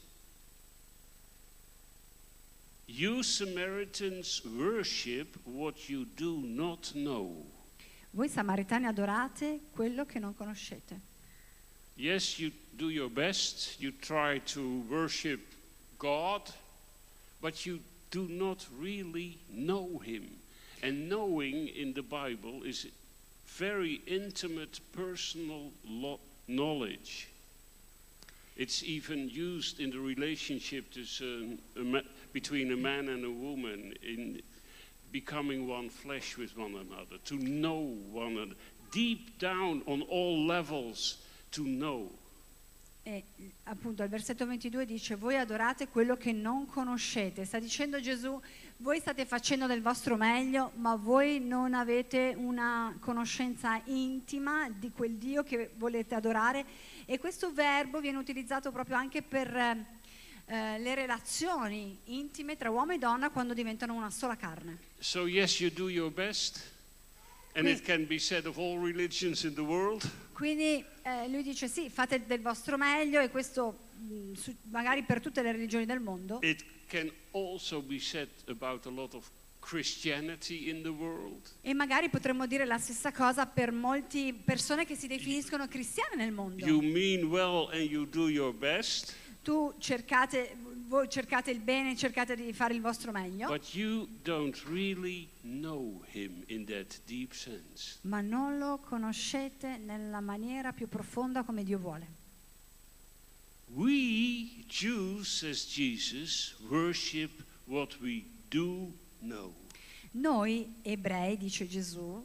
You Samaritans worship what you do not know. voi samaritani adorate quello che non conoscete. Yes, you do your best, you try to worship God, but you do not really know him. And knowing in the Bible is very intimate, personal knowledge. It's even used in the relationship between a man and a woman in becoming one flesh with one another, to know one another, deep down on all levels to know. E appunto al versetto 22 dice: voi adorate quello che non conoscete. Sta dicendo Gesù: voi state facendo del vostro meglio, ma voi non avete una conoscenza intima di quel Dio che volete adorare. E questo verbo viene utilizzato proprio anche per le relazioni intime tra uomo e donna quando diventano una sola carne. So yes, you do your best, and it can be said of all religions in the world. Quindi lui dice: sì, fate del vostro meglio, e questo magari per tutte le religioni del mondo. It can also be said about a lot of Christianity in the world. E magari potremmo dire la stessa cosa per molte persone che si definiscono cristiane nel mondo. You mean well and you do your best. Voi cercate il bene, cercate di fare il vostro meglio, But you don't really know him in that deep sense. ma non lo conoscete nella maniera più profonda come Dio vuole. We Jews, says Jesus, worship what we do know. Noi ebrei, dice Gesù,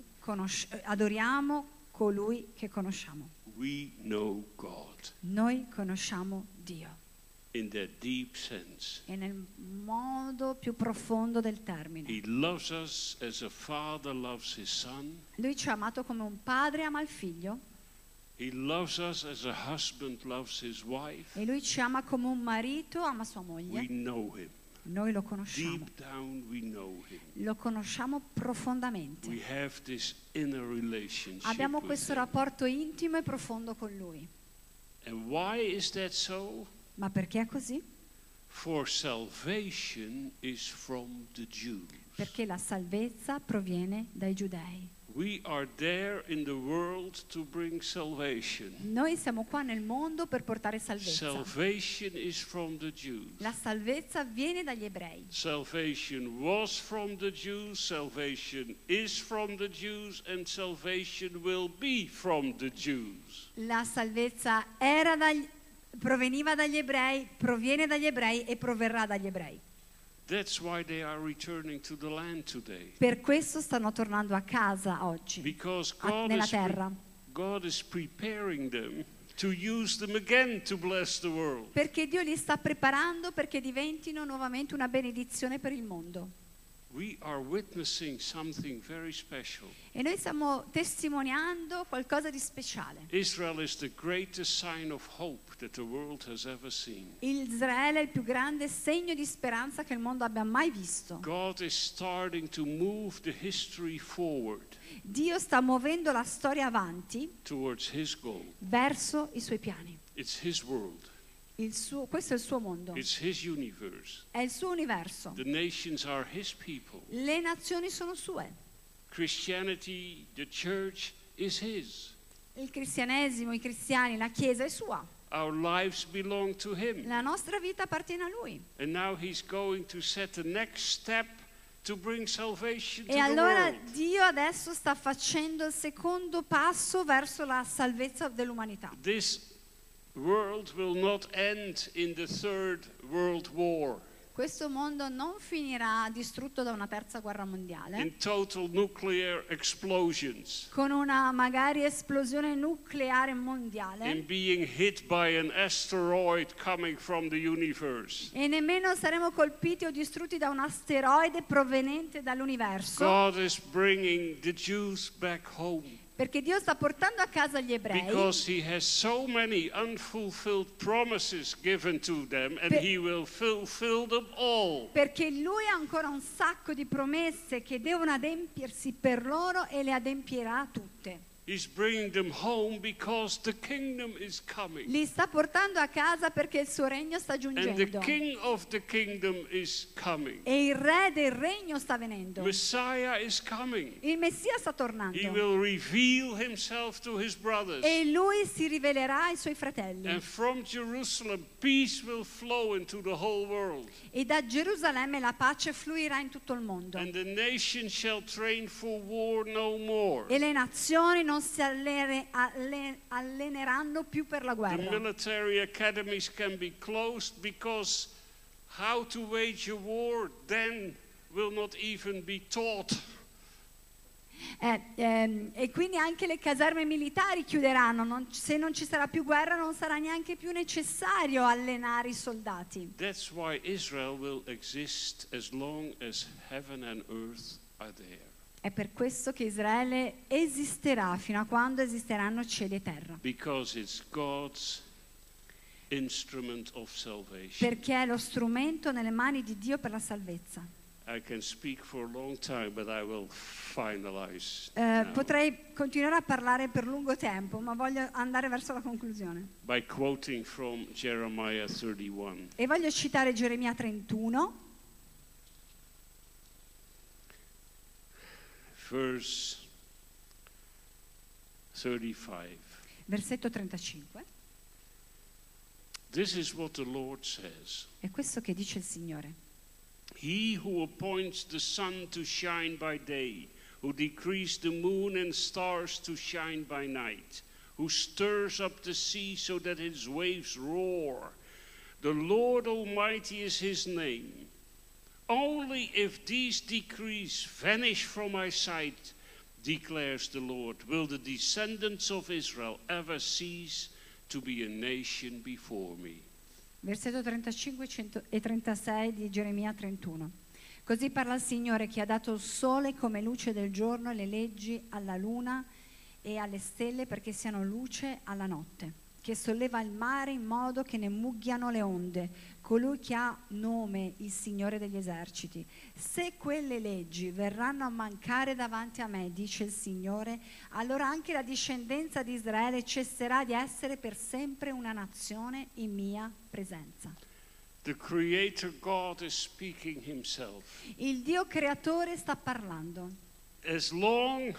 adoriamo colui che conosciamo. We know God Noi conosciamo Dio, in that deep sense. e nel modo più profondo del termine. He loves us as a father loves his son. Lui ci ha amato come un padre ama il figlio, He loves us as a husband loves his wife. e lui ci ama come un marito ama sua We moglie. know him. Noi lo conosciamo, Deep down we know him. lo conosciamo profondamente. We have this inner relationship Abbiamo with questo him. rapporto intimo e profondo con lui. And why is that so? Ma perché è così? For salvation is from the Jews. Perché la salvezza proviene dai giudei. We are there in the world to bring salvation. Noi siamo qua nel mondo per portare salvezza. Salvation is from the Jews. La salvezza viene dagli ebrei. Salvation was from the Jews, salvation is from the Jews, and salvation will be from the Jews. La salvezza proveniva dagli ebrei, proviene dagli ebrei e proverrà dagli ebrei. That's why they are returning to the land today. Per questo stanno tornando a casa oggi, Because nella terra. God is preparing them to use them again to bless the world. Perché Dio li sta preparando perché diventino nuovamente una benedizione per il mondo. We are witnessing something very special. E noi stiamo testimoniando qualcosa di speciale. Israel is the greatest sign of hope that the world has ever seen. Israele è il più grande segno di speranza che il mondo abbia mai visto. God is starting to move the history forward Dio sta muovendo la storia avanti towards his goal. verso i suoi piani. It's his world. Questo è il suo mondo, It's his universe. è il suo universo. The nations are his people. Le nazioni sono sue. Christianity, the church, is his. Il cristianesimo, i cristiani, la Chiesa è sua. Our lives belong to him. La nostra vita appartiene a Lui. And now he's going to set the next step to bring salvation to E the allora world. Dio adesso sta facendo il secondo passo verso la salvezza dell'umanità. This world will not end in the Third World War, Questo mondo non finirà distrutto da una terza guerra mondiale, in total nuclear explosions, con una magari esplosione nucleare mondiale, in being hit by an asteroid coming from the universe. e nemmeno saremo colpiti o distrutti da un asteroide proveniente dall'universo, God is bringing the Jews back home perché Dio sta portando a casa gli ebrei, because he has so many unfulfilled promises given to them, and Per- he will fulfill them all. perché Lui ha ancora un sacco di promesse che devono adempiersi per loro e le adempierà tutte. He's bringing them home because the kingdom is coming. Li sta portando a casa perché il suo regno sta And the giungendo king of the kingdom is coming. e il re del regno sta venendo. Messiah is coming. Il Messia sta He tornando will reveal himself to his brothers. e lui si rivelerà ai suoi fratelli, And from Jerusalem, peace will flow into the whole world. e da Gerusalemme la pace fluirà in tutto il mondo, And the nations shall train for war no more. e le nazioni non si alleneranno più per la The guerra. military academies can be closed because how to wage a war then will not even be taught. E quindi anche le caserme militari chiuderanno, se non ci sarà più guerra non sarà neanche più necessario allenare i soldati. That's why Israel will exist as long as heaven and earth are there. È per questo che Israele esisterà fino a quando esisteranno cieli e terra. Because it's God's instrument of salvation. Perché è lo strumento nelle mani di Dio per la salvezza. I can speak for a long time, but I will finalize now. Potrei continuare a parlare per lungo tempo, ma voglio andare verso la conclusione. By quoting from Jeremiah 31. E voglio citare Geremia 31, verse 35. versetto 35. This is what the Lord says. È questo che dice il Signore. He who appoints the sun to shine by day, who decrees the moon and stars to shine by night, who stirs up the sea so that its waves roar. The Lord Almighty is his name. Only if these decrees vanish from my sight, declares the Lord, will the descendants of Israel ever cease to be a nation before me. Versetto 35 e 36 di Geremia 31. Così parla il Signore che ha dato il sole come luce del giorno e le leggi alla luna e alle stelle perché siano luce alla notte, che solleva il mare in modo che ne mugghino le onde, colui che ha nome il Signore degli eserciti. Se quelle leggi verranno a mancare davanti a me, dice il Signore, allora anche la discendenza di Israele cesserà di essere per sempre una nazione in mia presenza. The Creator God is speaking himself. Il Dio creatore sta parlando. As long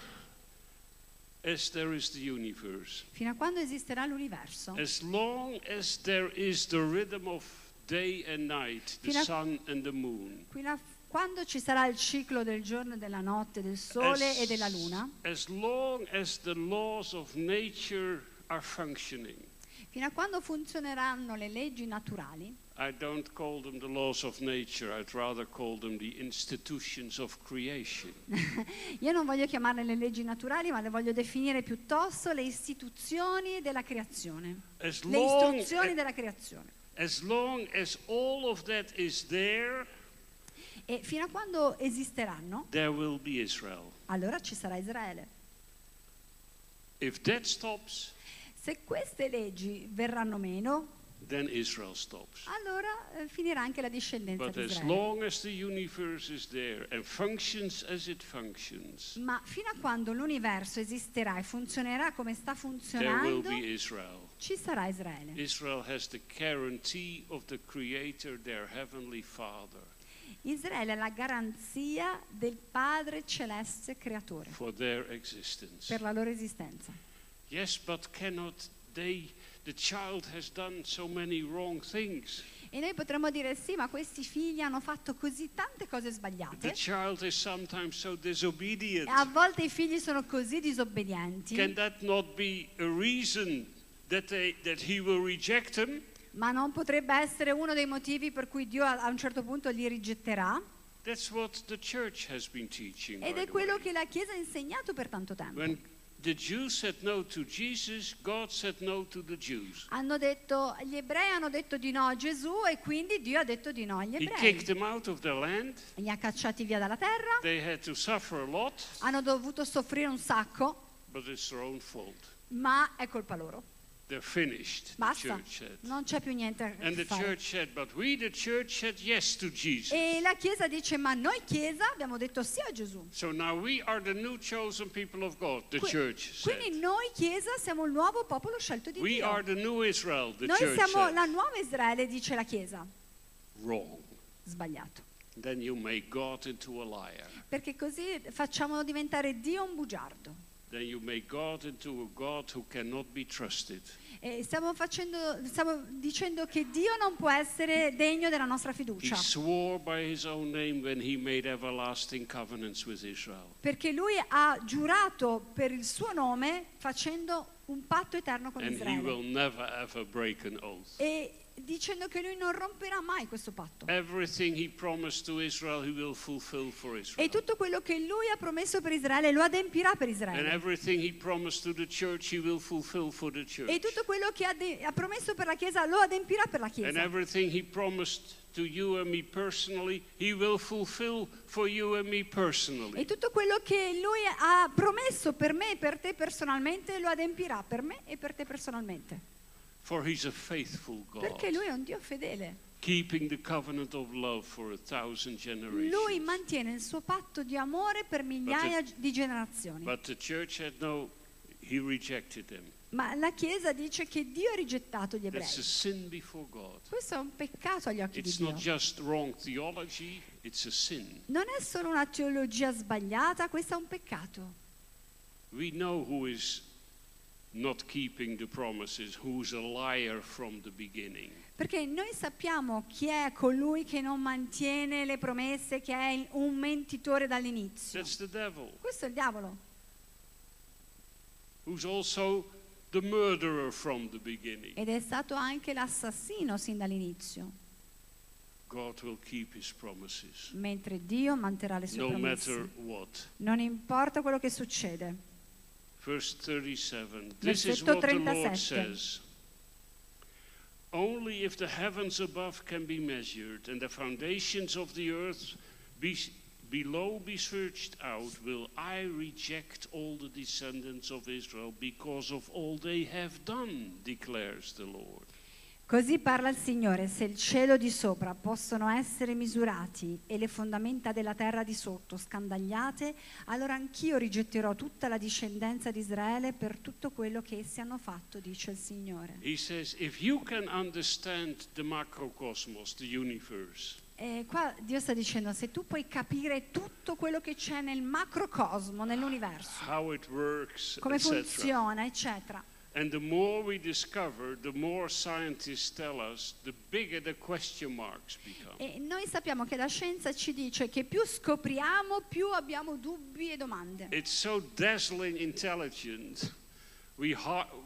as there is the universe, Fino a quando esisterà l'universo, as long as there is the rhythm of day and night, the Fino a- sun and the moon, quando ci sarà il ciclo del giorno e della notte, del sole e della luna, as long as the laws of nature are functioning. fino a quando funzioneranno le leggi naturali, I don't call them the laws of nature, I'd rather call them the institutions of creation. io non voglio chiamarle le leggi naturali, ma le voglio definire piuttosto le istituzioni della creazione. As Le long, istruzioni della creazione. as long as all of that is there, E fino a quando esisteranno, there will be Israel. allora ci sarà Israele. If that stops, Se queste leggi verranno meno, then Israel stops. allora finirà anche la discendenza But di as Israele. long as the universe is there and functions as it functions, Ma fino a quando l'universo esisterà e funzionerà come sta there will funzionando, be Israel. ci sarà Israele. Israel has the guarantee of the Creator, their Heavenly Father, Israele è la garanzia del Padre Celeste Creatore for their existence. per la loro esistenza. Yes, but cannot they, the child has done so many wrong things. E noi potremmo dire sì, ma questi figli hanno fatto così tante cose The sbagliate. child is sometimes so disobedient. E a volte i figli sono così disobbedienti. Can that not be a reason that he will reject them? Ma non potrebbe essere uno dei motivi per cui Dio a un certo punto li rigetterà? That's what the church has been teaching. Ed by è the quello way. che la Chiesa ha insegnato per tanto tempo. When the Jews said no to Jesus, God said no to the Jews. Gli ebrei hanno detto di no a Gesù e quindi Dio ha detto di no agli He ebrei. kicked them out of their land. Li ha cacciati via dalla terra, They had to suffer a lot, hanno dovuto soffrire un sacco, but it's their own fault. ma è colpa loro. They're finished, the Basta, church said. non c'è più niente a And the fare. church said, but we, the church, said yes to Jesus. E la Chiesa dice, ma noi Chiesa abbiamo detto sì a Gesù. So now we are the new chosen people of God, the Qui- church said. Quindi noi Chiesa siamo il nuovo popolo scelto di We Dio. are the new Israel, the Noi church siamo said. la nuova Israele, dice la Chiesa. Wrong. Sbagliato. Then you make God into a liar. Perché così facciamo diventare Dio un bugiardo. Then you make God into a God who cannot be trusted. E stiamo dicendo che Dio non può essere degno della nostra He fiducia. swore by his own name when he made everlasting covenants with Israel. Perché lui ha giurato per il suo nome facendo un patto eterno con And he Israele. will never ever break an oath. E dicendo che lui non romperà mai questo patto. Everything he promised to Israel, he will fulfill for E Israel. tutto quello che lui ha promesso per Israele lo adempirà per And Israele. everything he promised to the church, he will fulfill for the E church. tutto quello che ha promesso per la Chiesa lo adempirà per la And Chiesa. everything he promised to you and me personally, he will fulfill for you and me E personally. tutto quello che lui ha promesso per me e per te personalmente lo adempirà per me e per te personalmente. For he's a faithful God, Perché lui è un Dio fedele. keeping the covenant of love for 1,000 Lui generations. mantiene il suo patto di amore per migliaia di generazioni. But the church he rejected them. Ma la Chiesa dice che Dio ha rigettato gli That's a ebrei. sin before God. Questo è un peccato agli occhi di It's Dio. not just wrong theology, it's a sin. Non è solo una teologia sbagliata, questo è un peccato. We know who is not keeping the promises, who's a liar from the beginning. Perché noi sappiamo chi è colui che non mantiene le promesse, che è un mentitore dall'inizio. That's the devil, Questo è il diavolo. who's also the murderer from the beginning. Ed è stato anche l'assassino sin dall'inizio. God will keep his promises, Mentre Dio manterrà le sue no promesse. matter what. Non importa quello che succede. Verse 37. This is Versetto what the Lord 37. says. Only if the heavens above can be measured and the foundations of the earth below be searched out, will I reject all the descendants of Israel because of all they have done, declares the Lord. Così parla il Signore: se il cielo di sopra possono essere misurati e le fondamenta della terra di sotto scandagliate, allora anch'io rigetterò tutta la discendenza di Israele per tutto quello che essi hanno fatto, dice il Signore. He says, if you can understand the macrocosmos, the universe, E qua Dio sta dicendo: se tu puoi capire tutto quello che c'è nel macrocosmo, nell'universo, how it works, come etc. funziona, eccetera. And the more we discover, the more scientists tell us, the bigger the question marks become. E noi sappiamo che la scienza ci dice che più scopriamo, più abbiamo dubbi e domande. It's so dazzling intelligent, we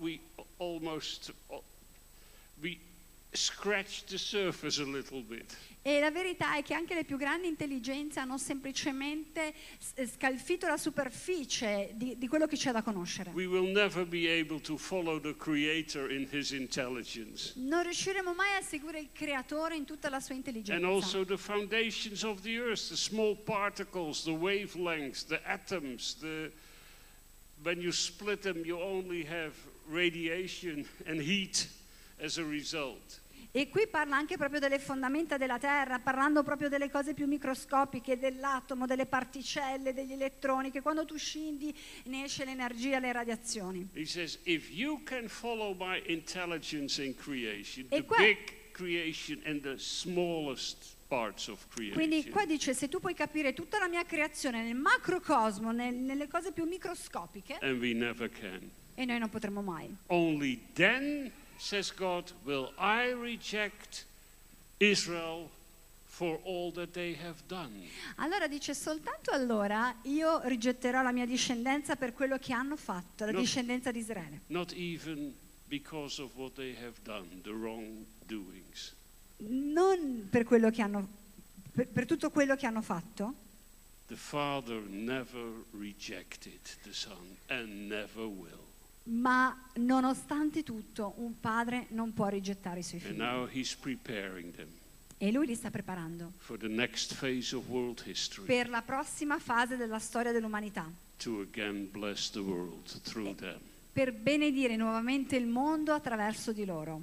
scratch the surface a little bit. E la verità è che anche le più grandi intelligenze hanno semplicemente scalfito la superficie di quello che c'è da conoscere. We will never be able to follow the Creator in His intelligence. Non riusciremo mai a seguire il Creatore in tutta la sua And intelligenza. also the foundations of the earth, the small particles, the wavelengths, the atoms, when you split them you only have radiation and heat as a result. E qui parla anche proprio delle fondamenta della Terra, parlando proprio delle cose più microscopiche, dell'atomo, delle particelle, degli elettroni, che quando tu scendi ne esce l'energia, le radiazioni. He says, if you can follow my intelligence in creation, E the qua- big creation and the smallest parts of Quindi creation, qua dice: se tu puoi capire tutta la mia creazione nel macrocosmo, nelle cose più microscopiche, and we never can. e noi non potremo mai. Only then, says God, will I reject Israel for all that they have done. Allora dice: soltanto allora io rigetterò la mia discendenza per quello che hanno fatto, la No. discendenza di Israele. Not even because of what they have done, the wrongdoings. Non per quello che hanno, per tutto quello che hanno fatto. The Father never rejected the Son and never will. Ma nonostante tutto, un padre non può rigettare i suoi And figli. now He's preparing them E lui li sta preparando for the next phase of world history per la prossima fase della storia dell'umanità, to again bless the world through them. per benedire nuovamente il mondo attraverso di loro.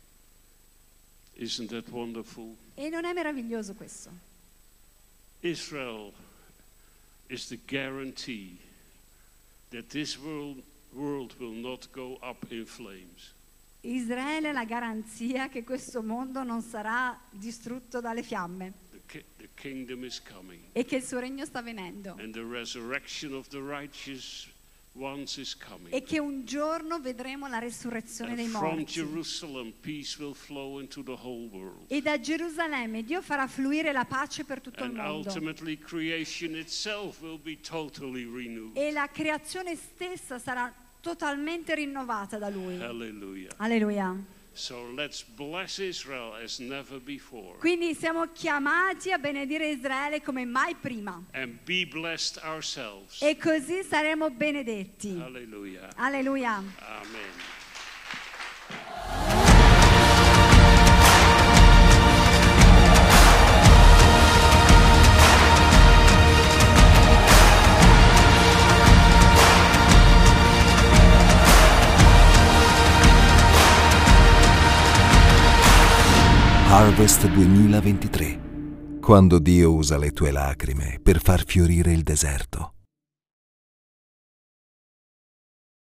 Isn't that wonderful? E non è meraviglioso questo? Israel is the guarantee that this world will not go up in flames. Israele è la garanzia che questo mondo non sarà distrutto dalle fiamme The kingdom is coming, e che il suo regno sta venendo and the resurrection of the righteous ones is coming. e che un giorno vedremo la resurrezione And dei from morti. Jerusalem, peace will flow into the whole world. E da Gerusalemme Dio farà fluire la pace per tutto il And mondo. ultimately, creation itself will be totally renewed. E la creazione stessa sarà totalmente rinnovata da Lui. Hallelujah. Alleluia. So let's bless Israel as never before. Quindi siamo chiamati a benedire Israele come mai prima. And be blessed ourselves. E così saremo benedetti. Hallelujah. Alleluia. Amen. Harvest 2023, quando Dio usa le tue lacrime per far fiorire il deserto.